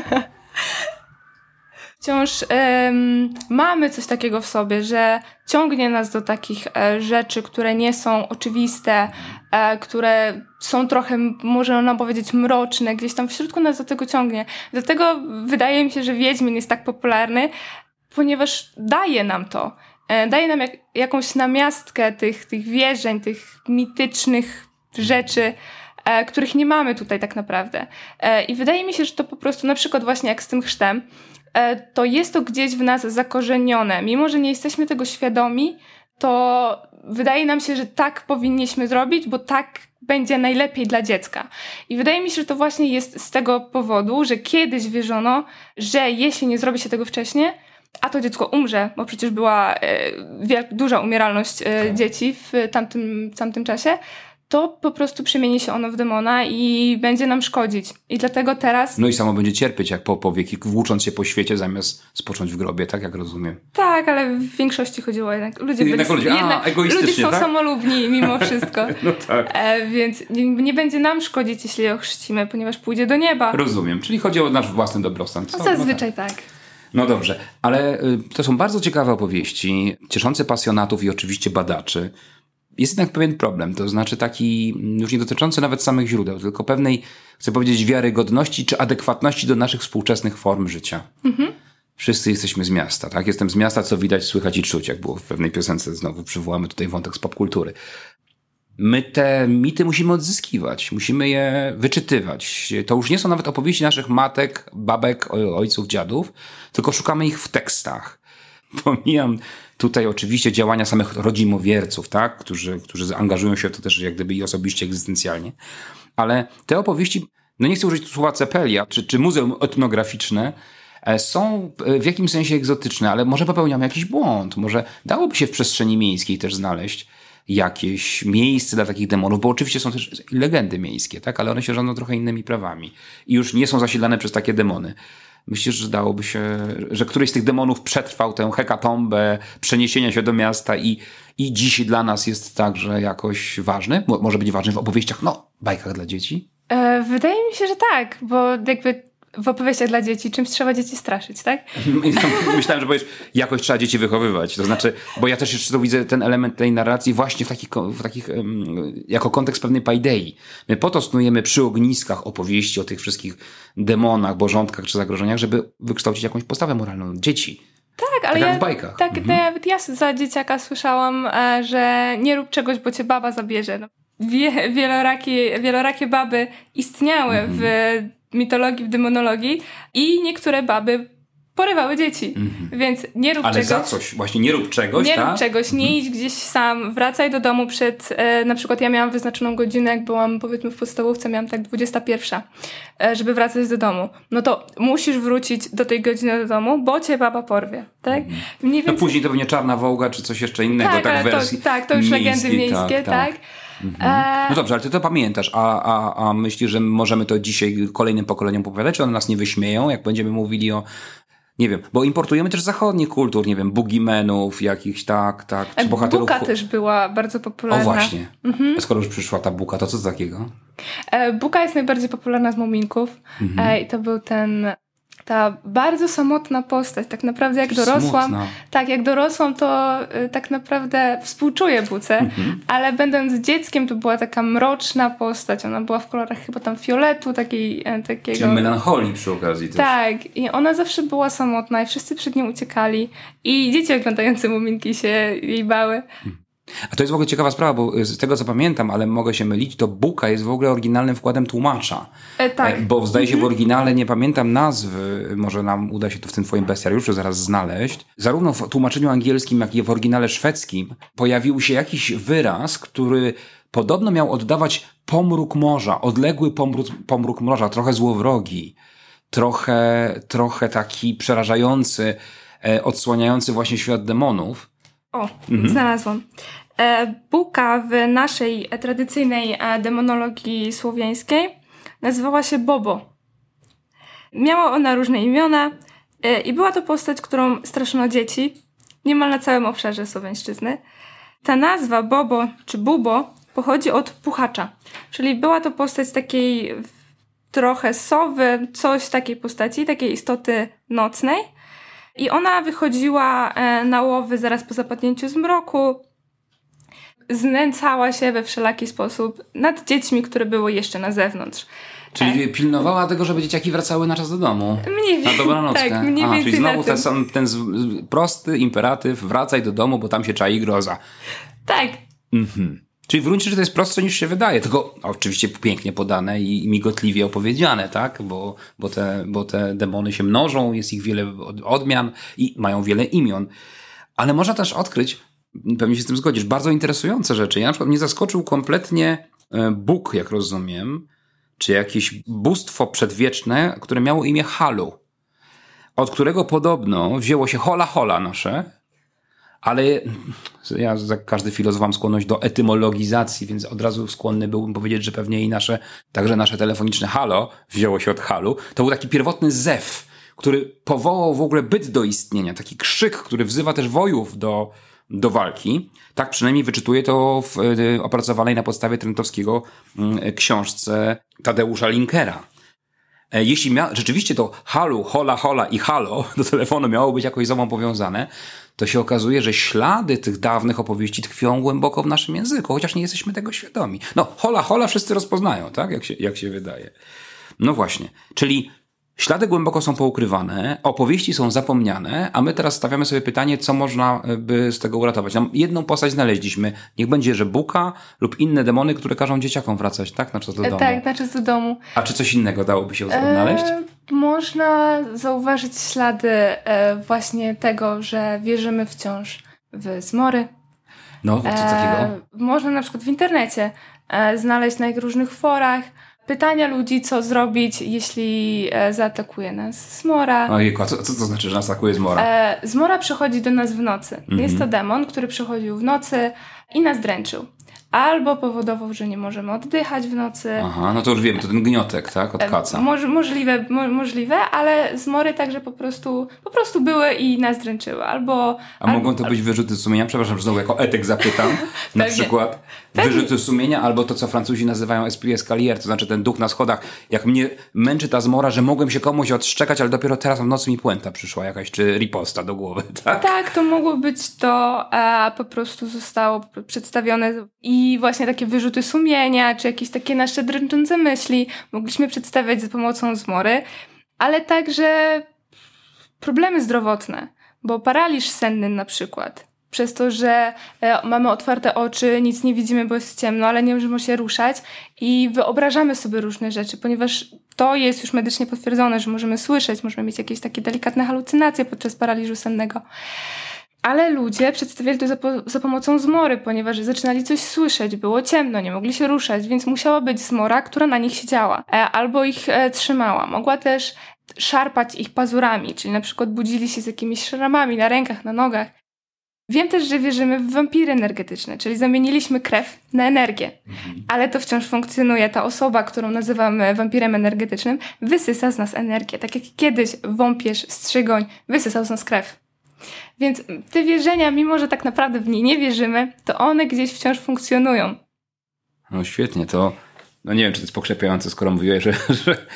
Wciąż um, mamy coś takiego w sobie, że ciągnie nas do takich e, rzeczy, które nie są oczywiste, e, które są trochę, można powiedzieć, mroczne, gdzieś tam w środku nas do tego ciągnie. Dlatego wydaje mi się, że Wiedźmin jest tak popularny, ponieważ daje nam to. E, daje nam jak, jakąś namiastkę tych, tych wierzeń, tych mitycznych rzeczy, e, których nie mamy tutaj tak naprawdę. E, I wydaje mi się, że to po prostu, na przykład właśnie jak z tym chrztem, to jest to gdzieś w nas zakorzenione. Mimo że nie jesteśmy tego świadomi, to wydaje nam się, że tak powinniśmy zrobić, bo tak będzie najlepiej dla dziecka. I wydaje mi się, że to właśnie jest z tego powodu, że kiedyś wierzono, że jeśli nie zrobi się tego wcześniej, a to dziecko umrze, bo przecież była e, wielka, duża umieralność e, dzieci w tamtym, tamtym czasie, to po prostu przemieni się ono w demona i będzie nam szkodzić. I dlatego teraz... No i samo będzie cierpieć jak po powieki, włócząc się po świecie zamiast spocząć w grobie, tak jak rozumiem. Tak, ale w większości chodziło jednak... Ludzie, jednak byli, ludzie, a, jednak egoistycznie, ludzie są tak? samolubni mimo wszystko. No tak. E, więc nie, nie będzie nam szkodzić, jeśli je ochrzcimy, ponieważ pójdzie do nieba. Rozumiem. Czyli chodzi o nasz własny dobrostan. Co? No, zazwyczaj no tak. tak. No dobrze, ale y, to są bardzo ciekawe opowieści, cieszące pasjonatów i oczywiście badaczy. Jest jednak pewien problem, to znaczy taki już nie dotyczący nawet samych źródeł, tylko pewnej, chcę powiedzieć, wiarygodności czy adekwatności do naszych współczesnych form życia. Mhm. Wszyscy jesteśmy z miasta, tak? Jestem z miasta, co widać, słychać i czuć, jak było w pewnej piosence, znowu przywołamy tutaj wątek z popkultury. My te mity musimy odzyskiwać, musimy je wyczytywać. To już nie są nawet opowieści naszych matek, babek, ojców, dziadów, tylko szukamy ich w tekstach. Pomijam tutaj oczywiście działania samych rodzimowierców, tak? którzy, którzy angażują się w to też jak gdyby i osobiście, egzystencjalnie. Ale te opowieści no nie chcę użyć słowa cepelia, czy, czy muzeum etnograficzne, są w jakimś sensie egzotyczne, ale może popełniamy jakiś błąd. Może dałoby się w przestrzeni miejskiej też znaleźć jakieś miejsce dla takich demonów, bo oczywiście są też legendy miejskie, tak? Ale one się rządzą trochę innymi prawami i już nie są zasilane przez takie demony. Myślę, że dałoby się, że któryś z tych demonów przetrwał tę hekatombę przeniesienia się do miasta i, i dziś dla nas jest także jakoś ważny? Mo- może być ważny w opowieściach, no, bajkach dla dzieci? E, wydaje mi się, że tak, bo jakby w opowieściach dla dzieci czymś trzeba dzieci straszyć, tak? Myślałem, że powiesz, jakoś trzeba dzieci wychowywać. To znaczy, bo ja też jeszcze tu widzę ten element tej narracji właśnie w takich, w takich um, jako kontekst pewnej paidei. My po to snujemy przy ogniskach opowieści o tych wszystkich demonach, bożątkach czy zagrożeniach, żeby wykształcić jakąś postawę moralną dzieci. Tak, ale tak jak ja, w bajkach. Tak, mhm. nawet ja za dzieciaka słyszałam, że nie rób czegoś, bo cię baba zabierze. No, wie, wielorakie, wielorakie baby istniały mhm. w mitologii, w demonologii i niektóre baby porywały dzieci. Mm-hmm. Więc nie rób Ale czegoś. Ale za coś. Właśnie nie rób czegoś, Nie tak? rób czegoś, nie mm-hmm. idź gdzieś sam, wracaj do domu przed, e, na przykład ja miałam wyznaczoną godzinę, jak byłam powiedzmy w podstawówce, miałam tak dwudziesta pierwsza, e, żeby wracać do domu. No to musisz wrócić do tej godziny do domu, bo cię baba porwie, tak? Mm-hmm. Mniej więcej... No później to będzie Czarna Wołga, czy coś jeszcze innego, tak, tak w wersji to, tak, to już legendy miejskie, tak. tak. Mhm. No dobrze, ale ty to pamiętasz, a, a, a myślisz, że możemy to dzisiaj kolejnym pokoleniom opowiadać, czy one nas nie wyśmieją, jak będziemy mówili o, nie wiem, bo importujemy też zachodnich kultur, nie wiem, boogeymenów jakichś, tak, tak, czy bohaterów. Buka też była bardzo popularna. O właśnie, mhm. skoro już przyszła ta buka, to co to takiego? E, buka jest najbardziej popularna z muminków mhm. e, i to był ten... Ta bardzo samotna postać, tak naprawdę jak dorosłam, Smutna. tak jak dorosłam, to y, tak naprawdę współczuję Buce, mm-hmm. ale będąc dzieckiem to była taka mroczna postać, ona była w kolorach chyba tam fioletu, takiej, e, takiego... Czyli melancholii przy okazji też. Tak, i ona zawsze była samotna i wszyscy przed nią uciekali i dzieci oglądające muminki się jej bały. Hmm. A to jest w ogóle ciekawa sprawa, bo z tego co pamiętam, ale mogę się mylić, to Buka jest w ogóle oryginalnym wkładem tłumacza. E, tak. Bo zdaje się w oryginale, nie pamiętam nazwy, może nam uda się to w tym twoim bestiariuszu zaraz znaleźć. Zarówno w tłumaczeniu angielskim, jak i w oryginale szwedzkim pojawił się jakiś wyraz, który podobno miał oddawać pomruk morza, odległy pomruk, pomruk morza, trochę złowrogi, trochę, trochę taki przerażający, e, odsłaniający właśnie świat demonów. O, mhm. znalazłam. E, Buka w naszej tradycyjnej demonologii słowiańskiej nazywała się Bobo. Miała ona różne imiona e, i była to postać, którą straszono dzieci niemal na całym obszarze słowiańszczyzny. Ta nazwa Bobo czy Bubo pochodzi od puchacza, czyli była to postać takiej trochę sowy, coś takiej postaci, takiej istoty nocnej. I ona wychodziła na łowy zaraz po zapadnięciu zmroku, znęcała się we wszelaki sposób nad dziećmi, które były jeszcze na zewnątrz. Czyli pilnowała tego, żeby dzieciaki wracały na czas do domu. Mniej więcej. Na dobranockę. Tak, mniej A, więcej czyli znowu ten, ten, ten prosty imperatyw, wracaj do domu, bo tam się czai groza. Tak. Mhm. Czyli w gruncie rzeczy to jest prostsze niż się wydaje, tylko oczywiście pięknie podane i migotliwie opowiedziane, tak? Bo, bo, te, bo te demony się mnożą, jest ich wiele odmian i mają wiele imion. Ale można też odkryć, pewnie się z tym zgodzisz, bardzo interesujące rzeczy. Ja na przykład mnie zaskoczył kompletnie Bóg, jak rozumiem, czy jakieś bóstwo przedwieczne, które miało imię Halu, od którego podobno wzięło się hola hola nasze, ale ja, jak każdy filozof, mam skłonność do etymologizacji, więc od razu skłonny byłbym powiedzieć, że pewnie i nasze, także nasze telefoniczne halo wzięło się od halu. To był taki pierwotny zew, który powołał w ogóle byt do istnienia, taki krzyk, który wzywa też wojów do, do walki. Tak przynajmniej wyczytuję to w opracowanej na podstawie Trentowskiego książce Tadeusza Linkera. Jeśli mia- rzeczywiście to halu, hola, hola i halo do telefonu miało być jakoś ze sobą powiązane, to się okazuje, że ślady tych dawnych opowieści tkwią głęboko w naszym języku, chociaż nie jesteśmy tego świadomi. No, hola, hola wszyscy rozpoznają, tak? Jak się, jak się wydaje. No właśnie. Czyli ślady głęboko są poukrywane, opowieści są zapomniane, a my teraz stawiamy sobie pytanie, co można by z tego uratować. No, jedną postać znaleźliśmy. Niech będzie, że Buka lub inne demony, które każą dzieciakom wracać, tak? Na czas do domu. Tak, na czas do domu. A czy coś innego dałoby się odnaleźć? E, można zauważyć ślady e, właśnie tego, że wierzymy wciąż w zmory. No, co takiego? E, można na przykład w internecie e, znaleźć na różnych forach pytania ludzi, co zrobić, jeśli e, zaatakuje nas zmora. Ojejku, a co, co to znaczy, że nas atakuje zmora? E, zmora przychodzi do nas w nocy. Mhm. Jest to demon, który przychodził w nocy i nas dręczył. Albo powodował, że nie możemy oddychać w nocy. Aha, no to już wiemy, to ten gniotek, tak? Od kaca. E, moż, możliwe, mo, możliwe, ale zmory także po prostu, po prostu były i nas dręczyły. Albo, A albo, mogą to być wyrzuty sumienia? Przepraszam, że znowu jako etyk zapytam. Na Pewnie. przykład Pewnie. wyrzuty sumienia, albo to, co Francuzi nazywają esprit escalier, to znaczy ten duch na schodach. Jak mnie męczy ta zmora, że mogłem się komuś odszczekać, ale dopiero teraz w nocy mi puenta przyszła jakaś, czy riposta do głowy, tak? Tak, to mogło być to, a po prostu zostało przedstawione i właśnie takie wyrzuty sumienia, czy jakieś takie nasze dręczące myśli mogliśmy przedstawiać za pomocą zmory, ale także problemy zdrowotne, bo paraliż senny na przykład. Przez to, że e, mamy otwarte oczy, nic nie widzimy, bo jest ciemno, ale nie możemy się ruszać i wyobrażamy sobie różne rzeczy, ponieważ to jest już medycznie potwierdzone, że możemy słyszeć, możemy mieć jakieś takie delikatne halucynacje podczas paraliżu sennego. Ale ludzie przedstawiali to za, po, za pomocą zmory, ponieważ zaczynali coś słyszeć, było ciemno, nie mogli się ruszać, więc musiała być zmora, która na nich siedziała, e, albo ich e, trzymała. Mogła też szarpać ich pazurami, czyli na przykład budzili się z jakimiś szramami na rękach, na nogach. Wiem też, że wierzymy w wampiry energetyczne, czyli zamieniliśmy krew na energię, mhm. ale to wciąż funkcjonuje. Ta osoba, którą nazywamy wampirem energetycznym, wysysa z nas energię. Tak jak kiedyś wąpierz, strzygoń wysysał z nas krew. Więc te wierzenia, mimo że tak naprawdę w nie nie wierzymy, to one gdzieś wciąż funkcjonują. No świetnie, to no nie wiem, czy to jest pokrzepiające, skoro mówiłeś, że, że,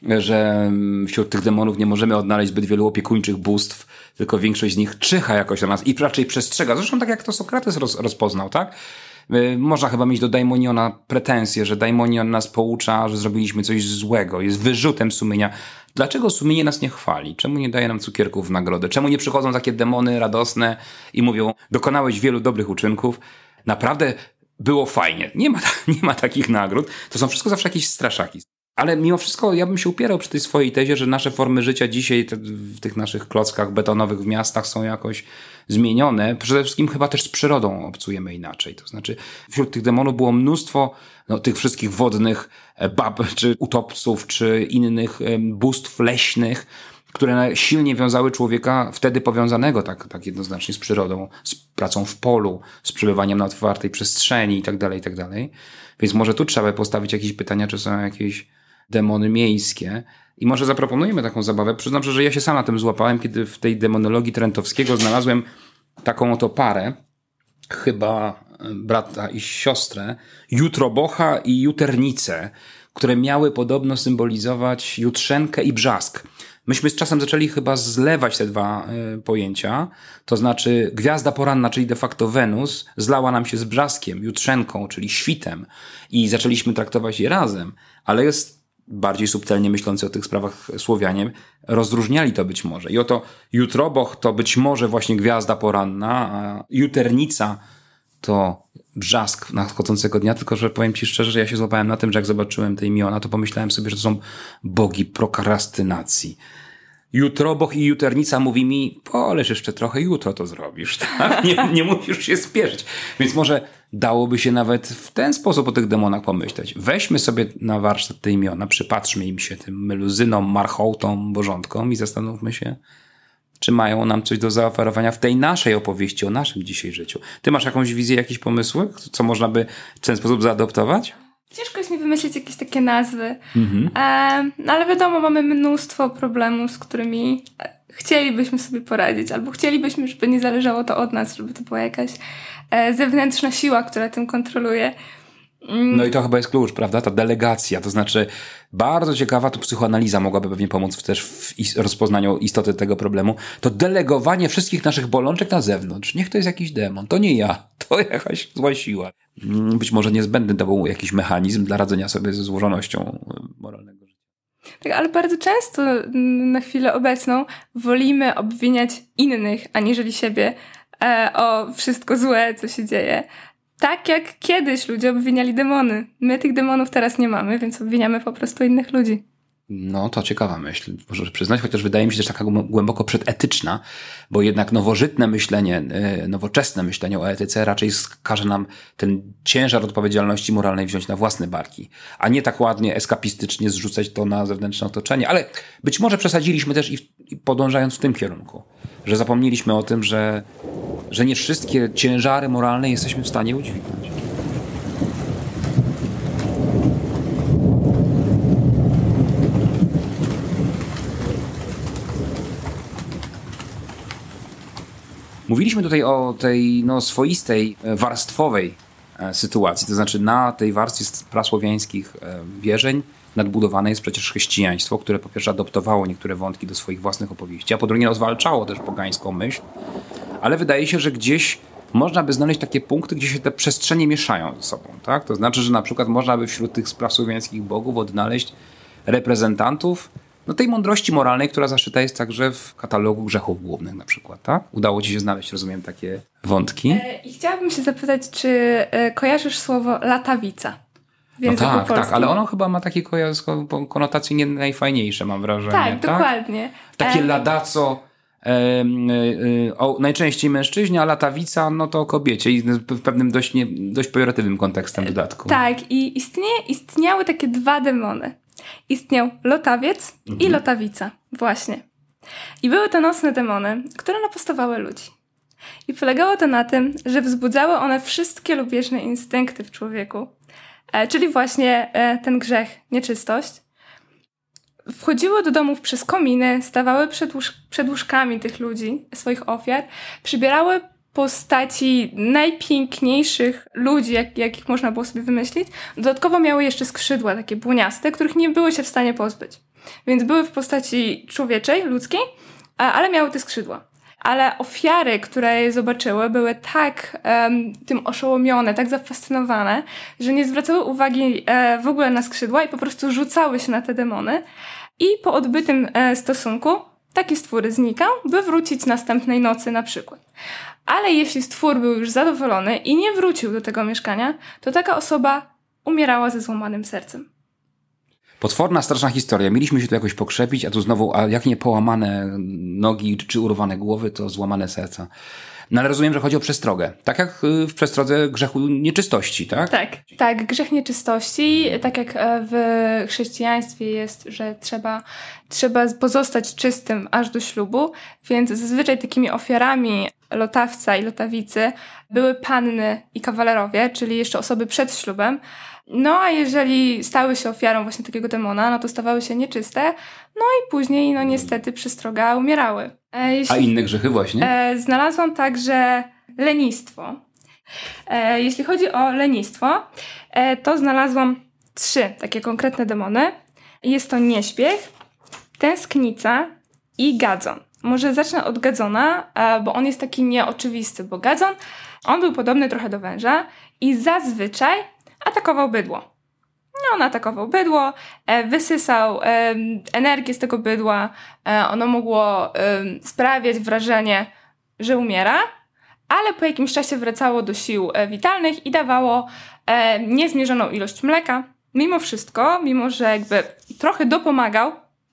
że wśród tych demonów nie możemy odnaleźć zbyt wielu opiekuńczych bóstw, tylko większość z nich czyha jakoś na nas i raczej przestrzega. Zresztą tak jak to Sokrates roz, rozpoznał, tak? Można chyba mieć do daimoniona pretensje, że daimonion nas poucza, że zrobiliśmy coś złego, jest wyrzutem sumienia. Dlaczego sumienie nas nie chwali? Czemu nie daje nam cukierków w nagrodę? Czemu nie przychodzą takie demony radosne i mówią, dokonałeś wielu dobrych uczynków, naprawdę było fajnie. Nie ma, nie ma takich nagród. To są wszystko zawsze jakieś straszaki. Ale mimo wszystko ja bym się upierał przy tej swojej tezie, że nasze formy życia dzisiaj te, w tych naszych klockach betonowych w miastach są jakoś zmienione. Przede wszystkim chyba też z przyrodą obcujemy inaczej. To znaczy wśród tych demonów było mnóstwo no, tych wszystkich wodnych bab, czy utopców, czy innych bóstw leśnych, które silnie wiązały człowieka wtedy powiązanego tak, tak jednoznacznie z przyrodą, z pracą w polu, z przebywaniem na otwartej przestrzeni i tak dalej, i tak dalej. Więc może tu trzeba postawić jakieś pytania, czy są jakieś demony miejskie. I może zaproponujemy taką zabawę. Przyznam, że ja się sam na tym złapałem, kiedy w tej demonologii Trentowskiego znalazłem taką oto parę, chyba brata i siostrę, Jutrobocha i Juternicę, które miały podobno symbolizować jutrzenkę i brzask. Myśmy z czasem zaczęli chyba zlewać te dwa y, pojęcia, to znaczy gwiazda poranna, czyli de facto Wenus, zlała nam się z brzaskiem, jutrzenką, czyli świtem i zaczęliśmy traktować je razem, ale jest bardziej subtelnie myślący o tych sprawach Słowianie rozróżniali to być może. I oto Jutroboch to być może właśnie gwiazda poranna, a Juternica to brzask nadchodzącego dnia, tylko że powiem ci szczerze, że ja się złapałem na tym, że jak zobaczyłem te imiona, to pomyślałem sobie, że to są bogi prokrastynacji. Jutroboch i Juternica mówi mi, poleż jeszcze trochę, jutro to zrobisz. Tak? Nie, nie musisz się spieszyć. Więc może dałoby się nawet w ten sposób o tych demonach pomyśleć. Weźmy sobie na warsztat te imiona, przypatrzmy im się tym meluzynom, marchołtom, bożątkom i zastanówmy się, czy mają nam coś do zaoferowania w tej naszej opowieści o naszym dzisiaj życiu. Ty masz jakąś wizję, jakieś pomysły, co można by w ten sposób zaadoptować? Ciężko jest mi wymyślić jakieś takie nazwy, mhm. e, no ale wiadomo, mamy mnóstwo problemów, z którymi chcielibyśmy sobie poradzić, albo chcielibyśmy, żeby nie zależało to od nas, żeby to była jakaś e, zewnętrzna siła, która tym kontroluje. No i to chyba jest klucz, prawda? Ta delegacja, to znaczy bardzo ciekawa, tu psychoanaliza mogłaby pewnie pomóc też w rozpoznaniu istoty tego problemu, to delegowanie wszystkich naszych bolączek na zewnątrz. Niech to jest jakiś demon, to nie ja, to jakaś zła siła. Być może niezbędny to był jakiś mechanizm dla radzenia sobie ze złożonością moralnego życia. Tak, ale bardzo często na chwilę obecną wolimy obwiniać innych, aniżeli siebie e, o wszystko złe, co się dzieje. Tak jak kiedyś ludzie obwiniali demony. My tych demonów teraz nie mamy, więc obwiniamy po prostu innych ludzi. No, to ciekawa myśl, muszę przyznać, chociaż wydaje mi się też taka głęboko przedetyczna, bo jednak nowożytne myślenie, nowoczesne myślenie o etyce raczej każe nam ten ciężar odpowiedzialności moralnej wziąć na własne barki, a nie tak ładnie eskapistycznie zrzucać to na zewnętrzne otoczenie. Ale być może przesadziliśmy też i, i podążając w tym kierunku, że zapomnieliśmy o tym, że, że nie wszystkie ciężary moralne jesteśmy w stanie udźwignąć. Mówiliśmy tutaj o tej no, swoistej, warstwowej sytuacji, to znaczy na tej warstwie prasłowiańskich wierzeń nadbudowane jest przecież chrześcijaństwo, które po pierwsze adoptowało niektóre wątki do swoich własnych opowieści, a po drugie zwalczało też pogańską myśl, ale wydaje się, że gdzieś można by znaleźć takie punkty, gdzie się te przestrzenie mieszają ze sobą. Tak? To znaczy, że na przykład można by wśród tych prasłowiańskich bogów odnaleźć reprezentantów no tej mądrości moralnej, która zaszyta jest także w katalogu grzechów głównych na przykład, tak? Udało ci się znaleźć, rozumiem, takie wątki. E, I chciałabym się zapytać, czy e, kojarzysz słowo latawica w języku no tak, polskim? tak, ale ono chyba ma takie konotacje nie najfajniejsze, mam wrażenie. Tak, tak? dokładnie. Takie e... ladaco, e, e, o, najczęściej mężczyźnie, a latawica, no to o kobiecie i w pewnym dość, nie, dość pejoratywnym kontekstem w dodatku. Tak, i istnieje, istniały takie dwa demony. Istniał lotawiec mhm. i lotawica. Właśnie. I były to nocne demony, które napastowały ludzi. I polegało to na tym, że wzbudzały one wszystkie lubieżne instynkty w człowieku. E, czyli właśnie e, ten grzech, nieczystość. Wchodziły do domów przez kominy, stawały przed, łóż- przed łóżkami tych ludzi, swoich ofiar, przybierały postaci najpiękniejszych ludzi, jak, jakich można było sobie wymyślić. Dodatkowo miały jeszcze skrzydła, takie błoniaste, których nie były się w stanie pozbyć. Więc były w postaci człowieczej, ludzkiej, ale miały te skrzydła. Ale ofiary, które je zobaczyły, były tak um, tym oszołomione, tak zafascynowane, że nie zwracały uwagi e, w ogóle na skrzydła i po prostu rzucały się na te demony. I po odbytym e, stosunku taki stwór znikał, by wrócić następnej nocy na przykład. Ale jeśli stwór był już zadowolony i nie wrócił do tego mieszkania, to taka osoba umierała ze złamanym sercem. Potworna, straszna historia. Mieliśmy się tu jakoś pokrzepić, a tu znowu, a jak nie połamane nogi czy urwane głowy, to złamane serca. No ale rozumiem, że chodzi o przestrogę. Tak jak w przestrodze grzechu nieczystości, tak? Tak, tak. Grzech nieczystości, tak jak w chrześcijaństwie jest, że trzeba, trzeba pozostać czystym aż do ślubu, więc zazwyczaj takimi ofiarami lotawca i lotawicy były panny i kawalerowie, czyli jeszcze osoby przed ślubem. No a jeżeli stały się ofiarą właśnie takiego demona, no to stawały się nieczyste, no i później, no niestety, przestroga umierały. E, jeśli, a inne grzechy właśnie? E, znalazłam także lenistwo. E, jeśli chodzi o lenistwo, e, to znalazłam trzy takie konkretne demony. Jest to nieśpiech, tęsknica i gadzon. Może zacznę od gadzona, e, bo on jest taki nieoczywisty, bo gadzon, on był podobny trochę do węża i zazwyczaj atakował bydło. No, on atakował bydło, e, wysysał e, energię z tego bydła, e, ono mogło e, sprawiać wrażenie, że umiera, ale po jakimś czasie wracało do sił e, witalnych i dawało e, niezmierzoną ilość mleka. Mimo wszystko, mimo że jakby trochę dopomagał,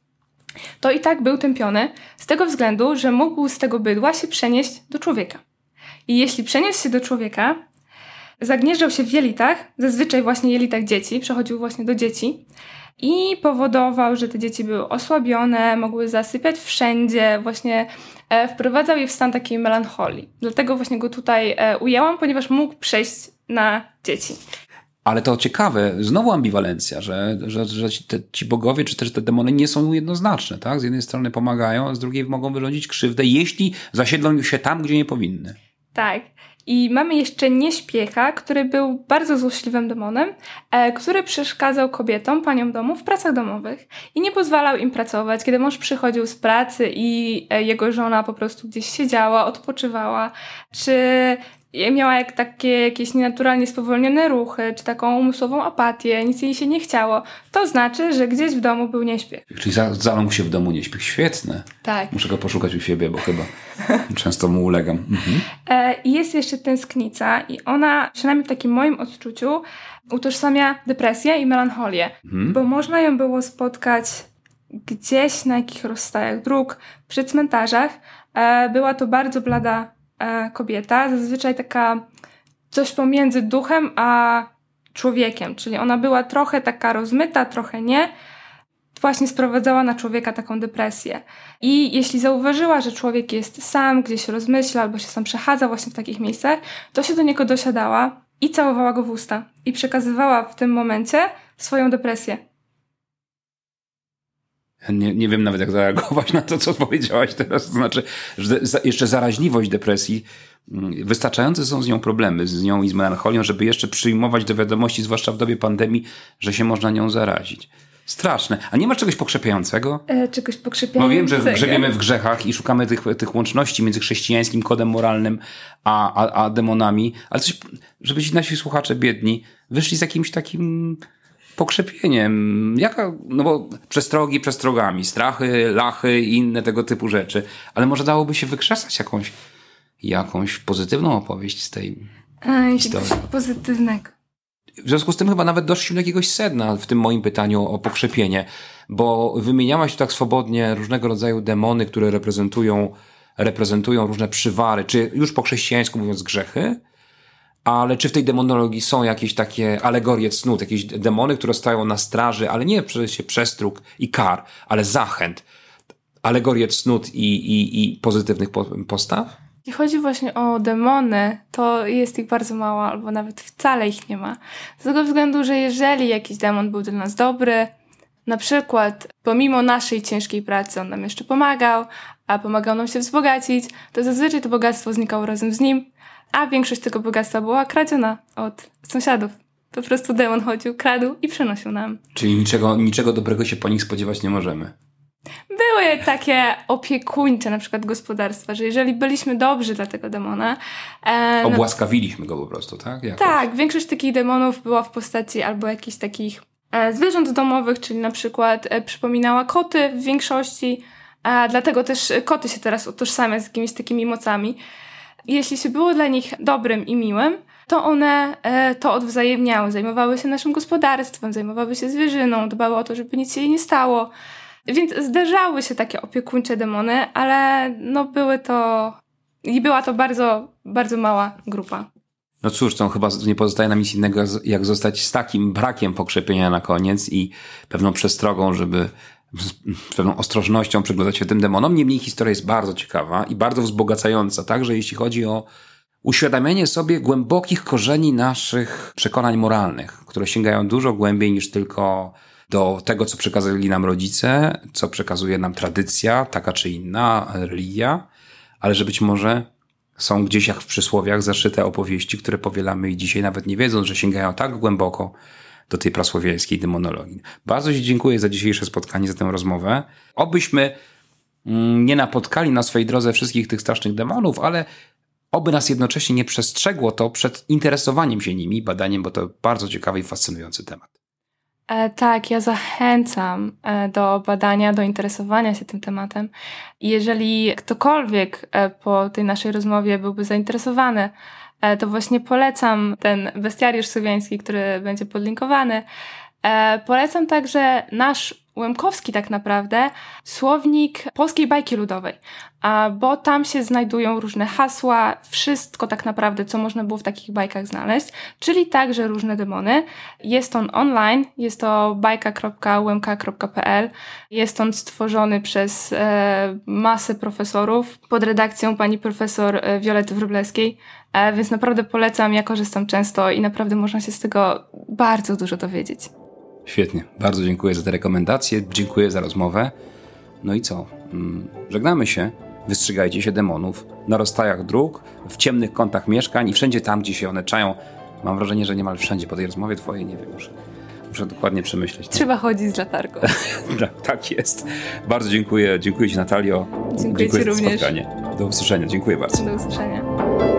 to i tak był tępiony z tego względu, że mógł z tego bydła się przenieść do człowieka. I jeśli przeniósł się do człowieka, zagnieżdżał się w jelitach, zazwyczaj właśnie jelitach dzieci, przechodził właśnie do dzieci i powodował, że te dzieci były osłabione, mogły zasypiać wszędzie, właśnie e, wprowadzał je w stan takiej melancholii. Dlatego właśnie go tutaj e, ujęłam, ponieważ mógł przejść na dzieci. Ale to ciekawe, znowu ambiwalencja, że, że, że ci, te, ci bogowie czy też te demony nie są jednoznaczne, tak? Z jednej strony pomagają, a z drugiej mogą wyrządzić krzywdę, jeśli zasiedlą się tam, gdzie nie powinny. Tak. I mamy jeszcze nieśpiecha, który był bardzo złośliwym demonem, e, który przeszkadzał kobietom, paniom domu w pracach domowych i nie pozwalał im pracować. Kiedy mąż przychodził z pracy i e, jego żona po prostu gdzieś siedziała, odpoczywała, czy miała jak takie jakieś nienaturalnie spowolnione ruchy, czy taką umysłową apatię, nic jej się nie chciało, to znaczy, że gdzieś w domu był nieśpiech. Czyli zalął się w domu nieśpiech. Świetne. Tak. Muszę go poszukać u siebie, bo chyba często mu ulegam. Mhm. I jest jeszcze tęsknica i ona, przynajmniej w takim moim odczuciu, utożsamia depresję i melancholię, mhm. bo można ją było spotkać gdzieś na jakich rozstajach dróg, przy cmentarzach. E, była to bardzo blada e, kobieta, zazwyczaj taka coś pomiędzy duchem a człowiekiem, czyli ona była trochę taka rozmyta, trochę nie. Właśnie sprowadzała na człowieka taką depresję. I jeśli zauważyła, że człowiek jest sam, gdzieś rozmyśla albo się sam przechadza właśnie w takich miejscach, to się do niego dosiadała i całowała go w usta. I przekazywała w tym momencie swoją depresję. Nie, nie wiem nawet, jak zareagować na to, co powiedziałaś teraz. To znaczy, że za, jeszcze zaraźliwość depresji, wystarczające są z nią problemy, z nią i z melancholią, żeby jeszcze przyjmować do wiadomości, zwłaszcza w dobie pandemii, że się można nią zarazić. Straszne. A nie ma czegoś pokrzepiającego? E, czegoś pokrzepiającego? No wiem, że grzebiemy w grzechach i szukamy tych, tych łączności między chrześcijańskim kodem moralnym a, a, a demonami, ale coś, żeby ci nasi słuchacze biedni wyszli z jakimś takim pokrzepieniem. Jaka, no bo przestrogi przestrogami, strachy, lachy i inne tego typu rzeczy, ale może dałoby się wykrzesać jakąś, jakąś pozytywną opowieść z tej A, historii. Pozytywnego. W związku z tym chyba nawet doszliśmy do jakiegoś sedna w tym moim pytaniu o pokrzepienie, bo wymieniałaś tu tak swobodnie różnego rodzaju demony, które reprezentują, reprezentują różne przywary, czy już po chrześcijańsku mówiąc grzechy, ale czy w tej demonologii są jakieś takie alegorie cnót, jakieś demony, które stoją na straży, ale nie w sensie przestróg i kar, ale zachęt, alegorie cnót i, i, i pozytywnych postaw? Jeśli chodzi właśnie o demony, to jest ich bardzo mało, albo nawet wcale ich nie ma. Z tego względu, że jeżeli jakiś demon był dla nas dobry, na przykład pomimo naszej ciężkiej pracy on nam jeszcze pomagał, a pomagał nam się wzbogacić, to zazwyczaj to bogactwo znikało razem z nim, a większość tego bogactwa była kradziona od sąsiadów. Po prostu demon chodził, kradł i przynosił nam. Czyli niczego, niczego dobrego się po nich spodziewać nie możemy. Były takie opiekuńcze na przykład gospodarstwa, że jeżeli byliśmy dobrzy dla tego demona... E, no, obłaskawiliśmy go po prostu, tak? Jakoś. Tak, większość takich demonów była w postaci albo jakichś takich e, zwierząt domowych, czyli na przykład e, przypominała koty w większości, a dlatego też koty się teraz utożsamia z jakimiś takimi mocami. Jeśli się było dla nich dobrym i miłym, to one e, to odwzajemniały, zajmowały się naszym gospodarstwem, zajmowały się zwierzyną, dbały o to, żeby nic się jej nie stało. Więc zdarzały się takie opiekuńcze demony, ale no były to... I była to bardzo, bardzo mała grupa. No cóż, to chyba nie pozostaje nam nic innego, jak zostać z takim brakiem pokrzepienia na koniec i pewną przestrogą, żeby z pewną ostrożnością przyglądać się tym demonom. Niemniej historia jest bardzo ciekawa i bardzo wzbogacająca, także jeśli chodzi o uświadamianie sobie głębokich korzeni naszych przekonań moralnych, które sięgają dużo głębiej niż tylko do tego, co przekazali nam rodzice, co przekazuje nam tradycja, taka czy inna, religia, ale że być może są gdzieś jak w przysłowiach zaszyte opowieści, które powielamy i dzisiaj nawet nie wiedząc, że sięgają tak głęboko do tej prasłowiańskiej demonologii. Bardzo Ci dziękuję za dzisiejsze spotkanie, za tę rozmowę. Obyśmy nie napotkali na swojej drodze wszystkich tych strasznych demonów, ale oby nas jednocześnie nie przestrzegło to przed interesowaniem się nimi, badaniem, bo to bardzo ciekawy i fascynujący temat. E, tak, ja zachęcam e, do badania, do interesowania się tym tematem. I jeżeli ktokolwiek e, po tej naszej rozmowie byłby zainteresowany, e, to właśnie polecam ten bestiariusz słowiański, który będzie podlinkowany. E, polecam także nasz Łemkowski tak naprawdę słownik polskiej bajki ludowej, a, bo tam się znajdują różne hasła, wszystko tak naprawdę, co można było w takich bajkach znaleźć, czyli także różne demony. Jest on online, jest to bajka kropka łemka kropka pe el. Jest on stworzony przez e, masę profesorów pod redakcją pani profesor Wiolety Wróblewskiej, e, więc naprawdę polecam, ja korzystam często i naprawdę można się z tego bardzo dużo dowiedzieć. Świetnie. Bardzo dziękuję za te rekomendacje. Dziękuję za rozmowę. No i co? Żegnamy się. Wystrzegajcie się demonów na rozstajach dróg, w ciemnych kątach mieszkań i wszędzie tam, gdzie się one czają. Mam wrażenie, że niemal wszędzie po tej rozmowie twojej, nie wiem, muszę, muszę dokładnie przemyśleć. Trzeba chodzić z latarką. Tak jest. Bardzo dziękuję. Dziękuję Ci, Natalio. Dziękuję, dziękuję Ci za również. spotkanie. Do usłyszenia. Dziękuję bardzo. Do usłyszenia.